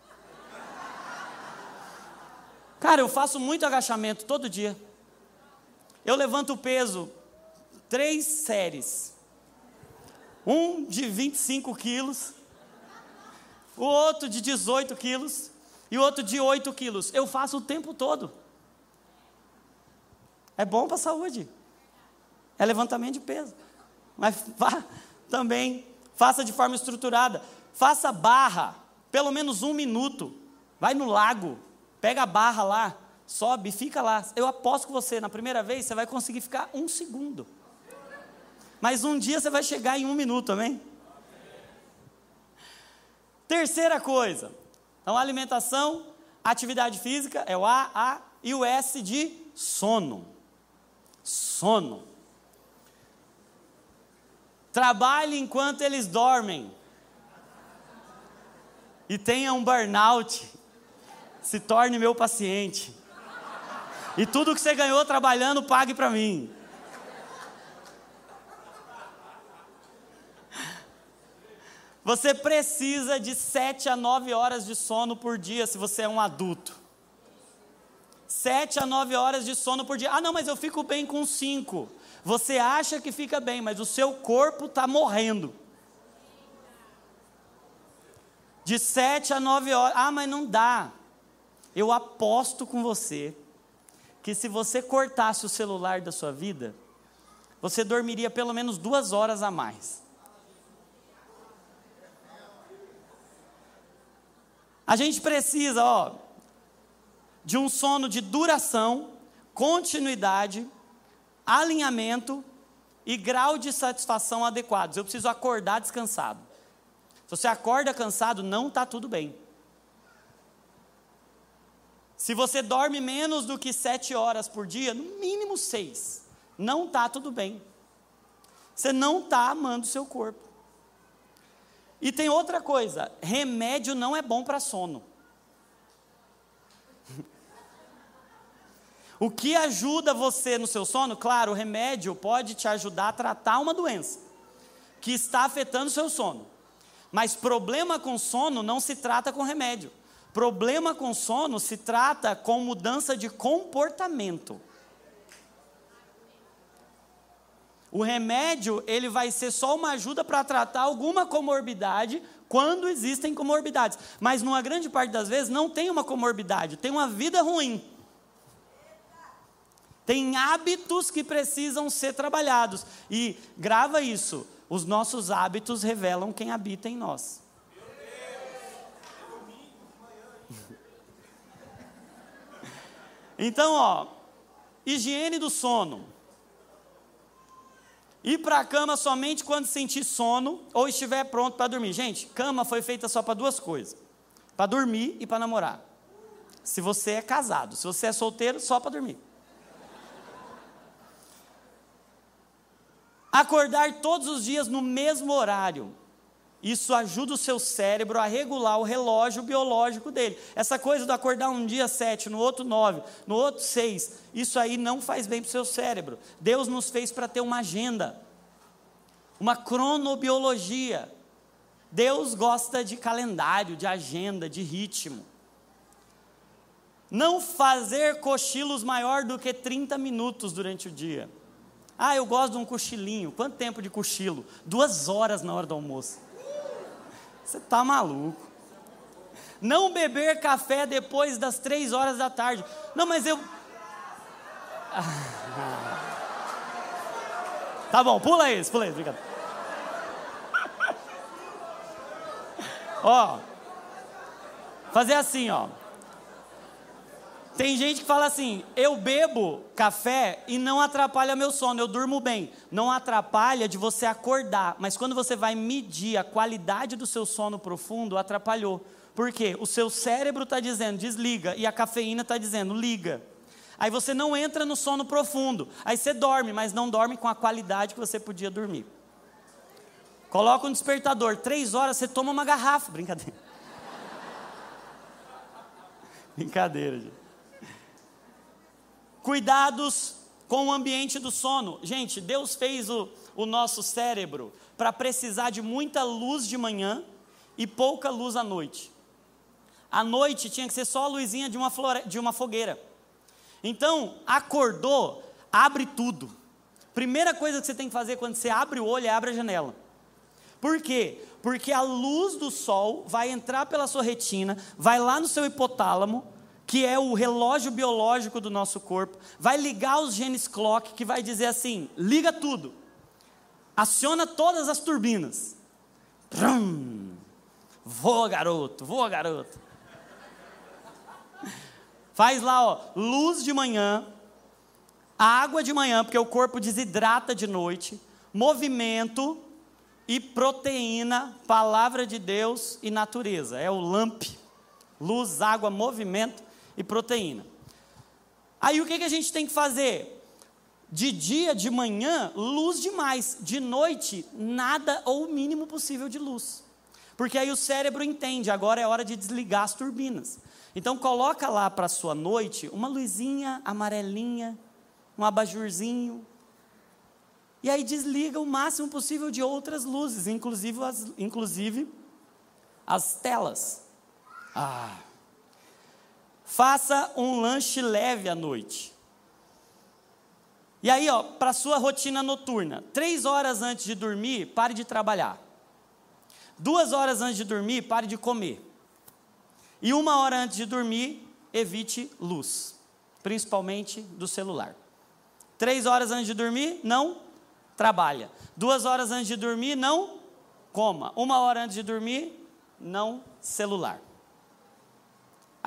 Cara, eu faço muito agachamento todo dia. Eu levanto o peso 3 séries. Um de 25 quilos, o outro de 18 quilos e o outro de 8 quilos. Eu faço o tempo todo. É bom para a saúde. É levantamento de peso. Mas também faça de forma estruturada. Faça barra, pelo menos 1 minuto. Vai no lago, pega a barra lá, sobe, fica lá. Eu aposto com você, na primeira vez você vai conseguir ficar 1 segundo. Mas um dia você vai chegar em 1 minuto, amém? Terceira coisa. Então, alimentação, atividade física, é o A, e o S de sono. Sono. Trabalhe enquanto eles dormem. E tenha um burnout, se torne meu paciente. E tudo que você ganhou trabalhando, pague para mim. Você precisa de 7 a 9 horas de sono por dia, se você é um adulto. 7 a 9 horas de sono por dia. Ah, não, mas eu fico bem com 5. Você acha que fica bem, mas o seu corpo está morrendo. De 7 a 9 horas. Ah, mas não dá. Eu aposto com você que se você cortasse o celular da sua vida, você dormiria pelo menos 2 horas a mais. A gente precisa, de um sono de duração, continuidade, alinhamento e grau de satisfação adequados. Eu preciso acordar descansado. Se você acorda cansado, não está tudo bem. Se você dorme menos do que 7 horas por dia, no mínimo 6, não está tudo bem. Você não está amando o seu corpo. E tem outra coisa, remédio não é bom para sono. O que ajuda você no seu sono? Claro, o remédio pode te ajudar a tratar uma doença que está afetando o seu sono. Mas problema com sono não se trata com remédio. Problema com sono se trata com mudança de comportamento. O remédio, ele vai ser só uma ajuda para tratar alguma comorbidade, quando existem comorbidades. Mas numa grande parte das vezes não tem uma comorbidade, tem uma vida ruim. Tem hábitos que precisam ser trabalhados. E grava isso, os nossos hábitos revelam quem habita em nós. Então, higiene do sono. Ir para a cama somente quando sentir sono ou estiver pronto para dormir. Gente, cama foi feita só para 2 coisas: para dormir e para namorar. Se você é casado, se você é solteiro, só para dormir. Acordar todos os dias no mesmo horário. Isso ajuda o seu cérebro a regular o relógio biológico dele. Essa coisa de acordar um dia 7, no outro 9, no outro 6, isso aí não faz bem para o seu cérebro. Deus nos fez para ter uma agenda, uma cronobiologia. Deus gosta de calendário, de agenda, de ritmo. Não fazer cochilos maior do que 30 minutos durante o dia. Eu gosto de um cochilinho. Quanto tempo de cochilo? 2 horas na hora do almoço. Você está maluco. Não beber café depois das 3 horas da tarde. Não, mas eu... Tá bom, pula isso, brincadeira. Fazer assim, Tem gente que fala assim: eu bebo café e não atrapalha meu sono, eu durmo bem. Não atrapalha de você acordar, mas quando você vai medir a qualidade do seu sono profundo, atrapalhou. Por quê? O seu cérebro está dizendo desliga e a cafeína está dizendo liga. Aí você não entra no sono profundo, aí você dorme, mas não dorme com a qualidade que você podia dormir. Coloca um despertador, 3 horas você toma uma garrafa. Brincadeira. Brincadeira, gente. Cuidados com o ambiente do sono. Gente, Deus fez o nosso cérebro para precisar de muita luz de manhã e pouca luz à noite. À noite tinha que ser só a luzinha de uma fogueira. Então, acordou, abre tudo. Primeira coisa que você tem que fazer quando você abre o olho é abre a janela. Por quê? Porque a luz do sol vai entrar pela sua retina, vai lá no seu hipotálamo, que é o relógio biológico do nosso corpo, vai ligar os genes clock, que vai dizer assim: liga tudo, aciona todas as turbinas. Voa garoto, voa garoto. Faz lá, luz de manhã, água de manhã, porque o corpo desidrata de noite, movimento e proteína, palavra de Deus e natureza. É o LAMP, luz, água, movimento e proteína. Aí o que a gente tem que fazer? De dia, de manhã, luz demais. De noite, nada ou o mínimo possível de luz. Porque aí o cérebro entende, agora é hora de desligar as turbinas. Então coloca lá para a sua noite uma luzinha amarelinha, um abajurzinho. E aí desliga o máximo possível de outras luzes, inclusive as telas. Faça um lanche leve à noite. E aí, para a sua rotina noturna, 3 horas antes de dormir, pare de trabalhar. 2 horas antes de dormir, pare de comer. E 1 hora antes de dormir, evite luz, principalmente do celular. 3 horas antes de dormir, não trabalha. 2 horas antes de dormir, não coma. 1 hora antes de dormir, não celular.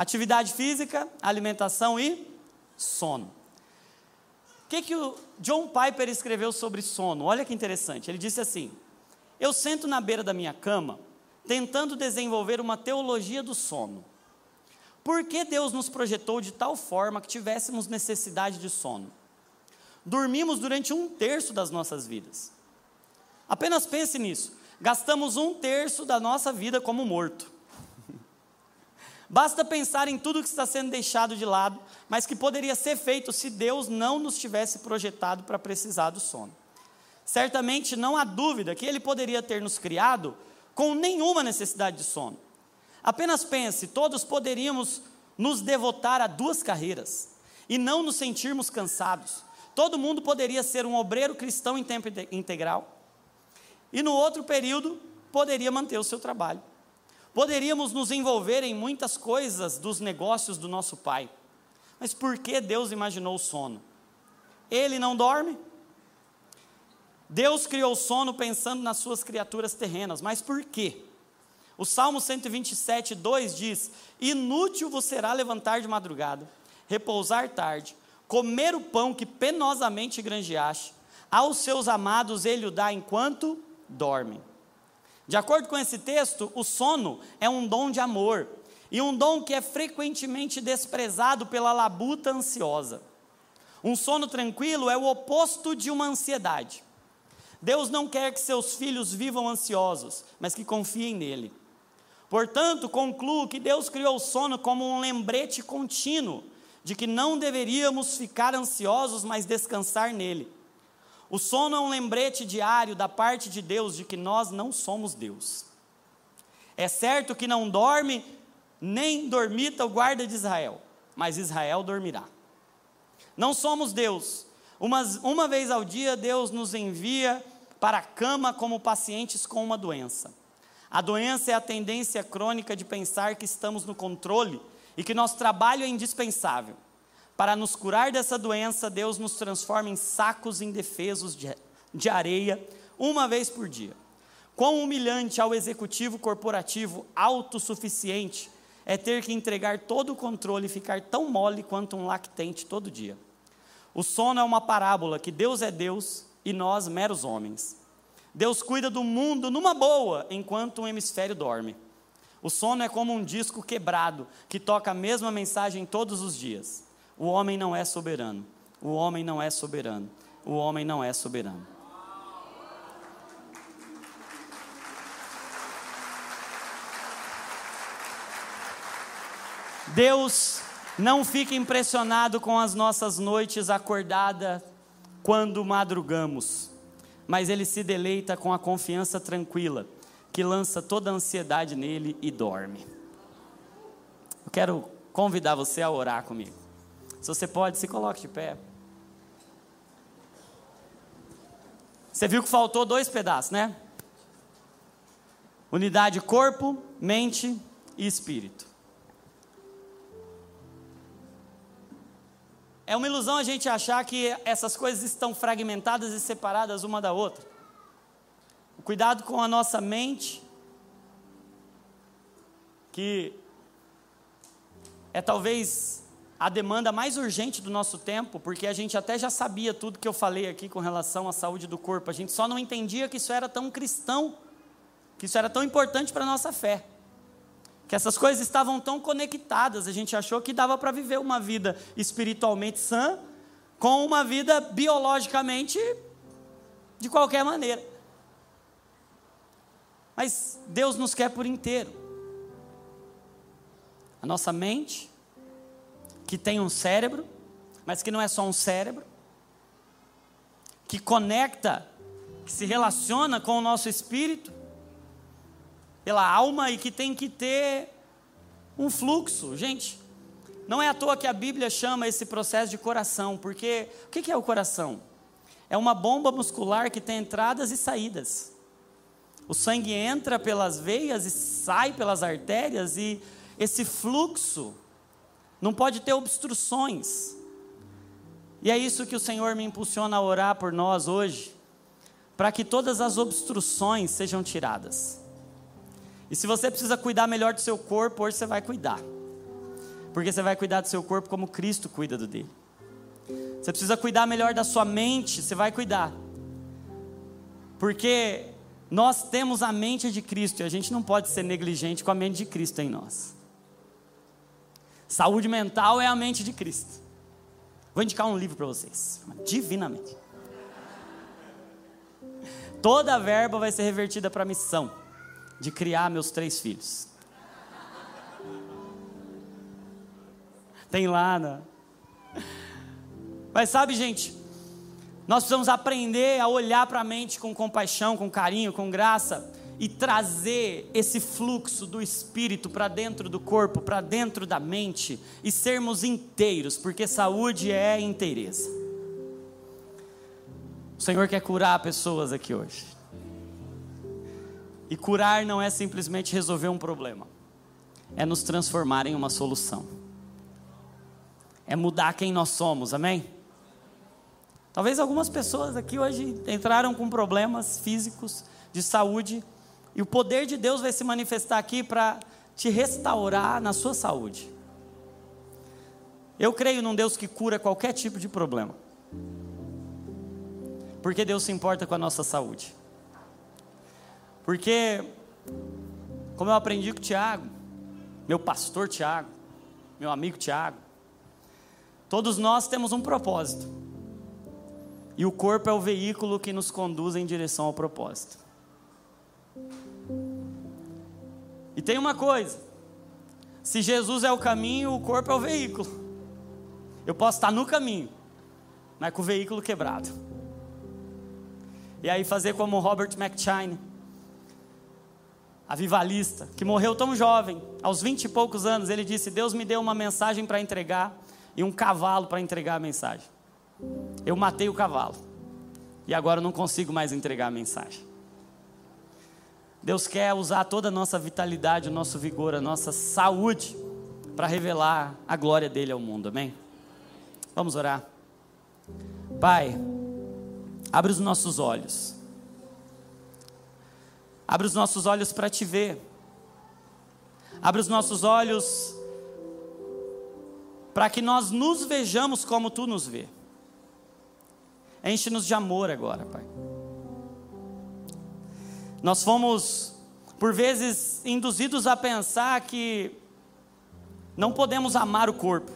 Atividade física, alimentação e sono. O que o John Piper escreveu sobre sono? Olha que interessante, ele disse assim: eu sento na beira da minha cama, tentando desenvolver uma teologia do sono. Por que Deus nos projetou de tal forma que tivéssemos necessidade de sono? Dormimos durante 1/3 das nossas vidas. Apenas pense nisso, gastamos 1/3 da nossa vida como morto. Basta pensar em tudo que está sendo deixado de lado, mas que poderia ser feito se Deus não nos tivesse projetado para precisar do sono. Certamente não há dúvida que Ele poderia ter nos criado com nenhuma necessidade de sono. Apenas pense, todos poderíamos nos devotar a 2 carreiras e não nos sentirmos cansados. Todo mundo poderia ser um obreiro cristão em tempo integral e no outro período poderia manter o seu trabalho. Poderíamos nos envolver em muitas coisas dos negócios do nosso Pai. Mas por que Deus imaginou o sono? Ele não dorme? Deus criou o sono pensando nas suas criaturas terrenas, mas por quê? O Salmo 127, 2 diz: inútil vos será levantar de madrugada, repousar tarde, comer o pão que penosamente granjeaste, aos seus amados ele o dá enquanto dormem. De acordo com esse texto, o sono é um dom de amor, e um dom que é frequentemente desprezado pela labuta ansiosa. Um sono tranquilo é o oposto de uma ansiedade. Deus não quer que seus filhos vivam ansiosos, mas que confiem nele. Portanto, concluo que Deus criou o sono como um lembrete contínuo de que não deveríamos ficar ansiosos, mas descansar nele. O sono é um lembrete diário da parte de Deus de que nós não somos Deus. É certo que não dorme nem dormita o guarda de Israel, mas Israel dormirá. Não somos Deus. Uma vez ao dia Deus nos envia para a cama como pacientes com uma doença. A doença é a tendência crônica de pensar que estamos no controle e que nosso trabalho é indispensável. Para nos curar dessa doença, Deus nos transforma em sacos indefesos de areia, uma vez por dia. Quão humilhante ao executivo corporativo autossuficiente é ter que entregar todo o controle e ficar tão mole quanto um lactente todo dia. O sono é uma parábola que Deus é Deus e nós meros homens. Deus cuida do mundo numa boa, enquanto um hemisfério dorme. O sono é como um disco quebrado, que toca a mesma mensagem todos os dias. O homem não é soberano, o homem não é soberano, o homem não é soberano. Deus não fica impressionado com as nossas noites acordadas quando madrugamos, mas Ele se deleita com a confiança tranquila, que lança toda a ansiedade nele e dorme. Eu quero convidar você a orar comigo. Se você pode, se coloque de pé. Você viu que faltou 2 pedaços, né? Unidade corpo, mente e espírito. É uma ilusão a gente achar que essas coisas estão fragmentadas e separadas uma da outra. O cuidado com a nossa mente, que é talvez a demanda mais urgente do nosso tempo, porque a gente até já sabia tudo que eu falei aqui com relação à saúde do corpo, a gente só não entendia que isso era tão cristão, que isso era tão importante para a nossa fé, que essas coisas estavam tão conectadas, a gente achou que dava para viver uma vida espiritualmente sã, com uma vida biologicamente de qualquer maneira. Mas Deus nos quer por inteiro. A nossa mente, que tem um cérebro, mas que não é só um cérebro, que conecta, que se relaciona com o nosso espírito, pela alma, e que tem que ter um fluxo. Gente, não é à toa que a Bíblia chama esse processo de coração, porque o que é o coração? É uma bomba muscular que tem entradas e saídas. O sangue entra pelas veias e sai pelas artérias, e esse fluxo não pode ter obstruções. E é isso que o Senhor me impulsiona a orar por nós hoje, para que todas as obstruções sejam tiradas. E se você precisa cuidar melhor do seu corpo, hoje você vai cuidar. Porque você vai cuidar do seu corpo como Cristo cuida do dele. Você precisa cuidar melhor da sua mente, você vai cuidar. Porque nós temos a mente de Cristo e a gente não pode ser negligente com a mente de Cristo em nós. Saúde mental é a mente de Cristo. Vou indicar um livro para vocês, Divinamente. Toda a verba vai ser revertida para a missão de criar meus 3 filhos. Tem lá, né? Mas sabe, gente, nós precisamos aprender a olhar para a mente com compaixão, com carinho, com graça e trazer esse fluxo do Espírito para dentro do corpo, para dentro da mente e sermos inteiros, porque saúde é inteireza. O Senhor quer curar pessoas aqui hoje. E curar não é simplesmente resolver um problema, é nos transformar em uma solução, é mudar quem nós somos, amém? Talvez algumas pessoas aqui hoje entraram com problemas físicos, de saúde, e o poder de Deus vai se manifestar aqui para te restaurar na sua saúde. Eu creio num Deus que cura qualquer tipo de problema, porque Deus se importa com a nossa saúde. Porque, como eu aprendi com o Tiago, meu pastor Tiago, meu amigo Tiago, todos nós temos um propósito, e o corpo é o veículo que nos conduz em direção ao propósito. E tem uma coisa, se Jesus é o caminho, o corpo é o veículo. Eu posso estar no caminho, mas com o veículo quebrado. E aí fazer como Robert McCheyne, avivalista, que morreu tão jovem, aos 20 e poucos anos, ele disse: Deus me deu uma mensagem para entregar e um cavalo para entregar a mensagem. Eu matei o cavalo e agora eu não consigo mais entregar a mensagem. Deus quer usar toda a nossa vitalidade, o nosso vigor, a nossa saúde para revelar a glória dele ao mundo, amém? Vamos orar. Pai, abre os nossos olhos. Abre os nossos olhos para te ver. Abre os nossos olhos para que nós nos vejamos como tu nos vê. Enche-nos de amor agora, Pai. Nós fomos, por vezes, induzidos a pensar que não podemos amar o corpo.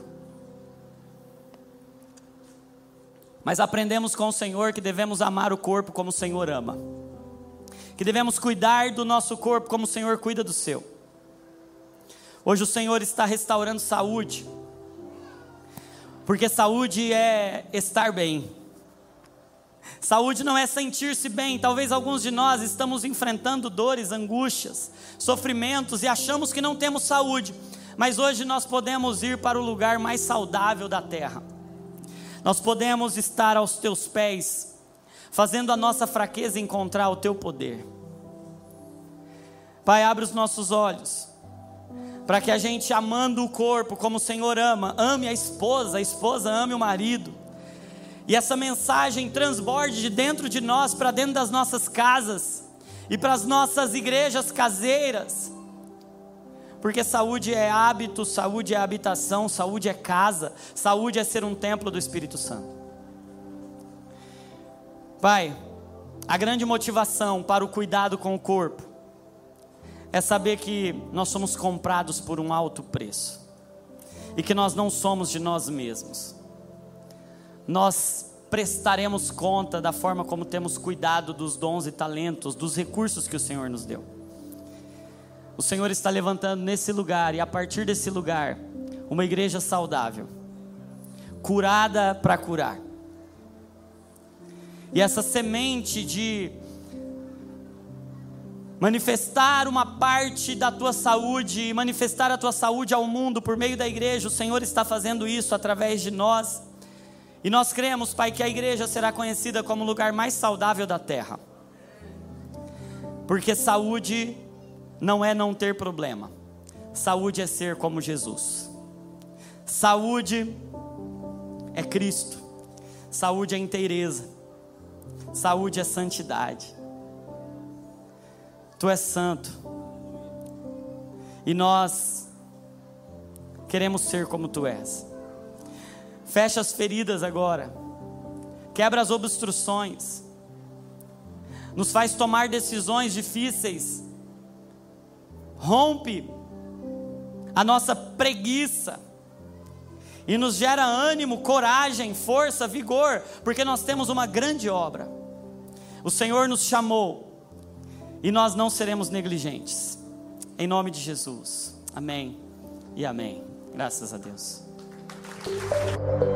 Mas aprendemos com o Senhor que devemos amar o corpo como o Senhor ama. Que devemos cuidar do nosso corpo como o Senhor cuida do seu. Hoje o Senhor está restaurando saúde. Porque saúde é estar bem. Saúde não é sentir-se bem. Talvez alguns de nós estamos enfrentando dores, angústias, sofrimentos e achamos que não temos saúde. Mas hoje nós podemos ir para o lugar mais saudável da terra. Nós podemos estar aos teus pés, fazendo a nossa fraqueza encontrar o teu poder. Pai, abre os nossos olhos, para que a gente, amando o corpo como o Senhor ama, ame a esposa ame o marido. E essa mensagem transborde de dentro de nós, para dentro das nossas casas, e para as nossas igrejas caseiras. Porque saúde é hábito, saúde é habitação, saúde é casa, saúde é ser um templo do Espírito Santo. Pai, a grande motivação para o cuidado com o corpo é saber que nós somos comprados por um alto preço e que nós não somos de nós mesmos. Nós prestaremos conta da forma como temos cuidado dos dons e talentos, dos recursos que o Senhor nos deu. O Senhor está levantando nesse lugar e a partir desse lugar uma igreja saudável, curada para curar. E essa semente de manifestar uma parte da tua saúde e manifestar a tua saúde ao mundo por meio da igreja, o Senhor está fazendo isso através de nós. E nós cremos, Pai, que a igreja será conhecida como o lugar mais saudável da terra. Porque saúde não é não ter problema. Saúde é ser como Jesus. Saúde é Cristo. Saúde é inteireza. Saúde é santidade. Tu és santo. E nós queremos ser como Tu és. Fecha as feridas agora, quebra as obstruções, nos faz tomar decisões difíceis, rompe a nossa preguiça e nos gera ânimo, coragem, força, vigor, porque nós temos uma grande obra. O Senhor nos chamou e nós não seremos negligentes, em nome de Jesus, amém e amém. Graças a Deus.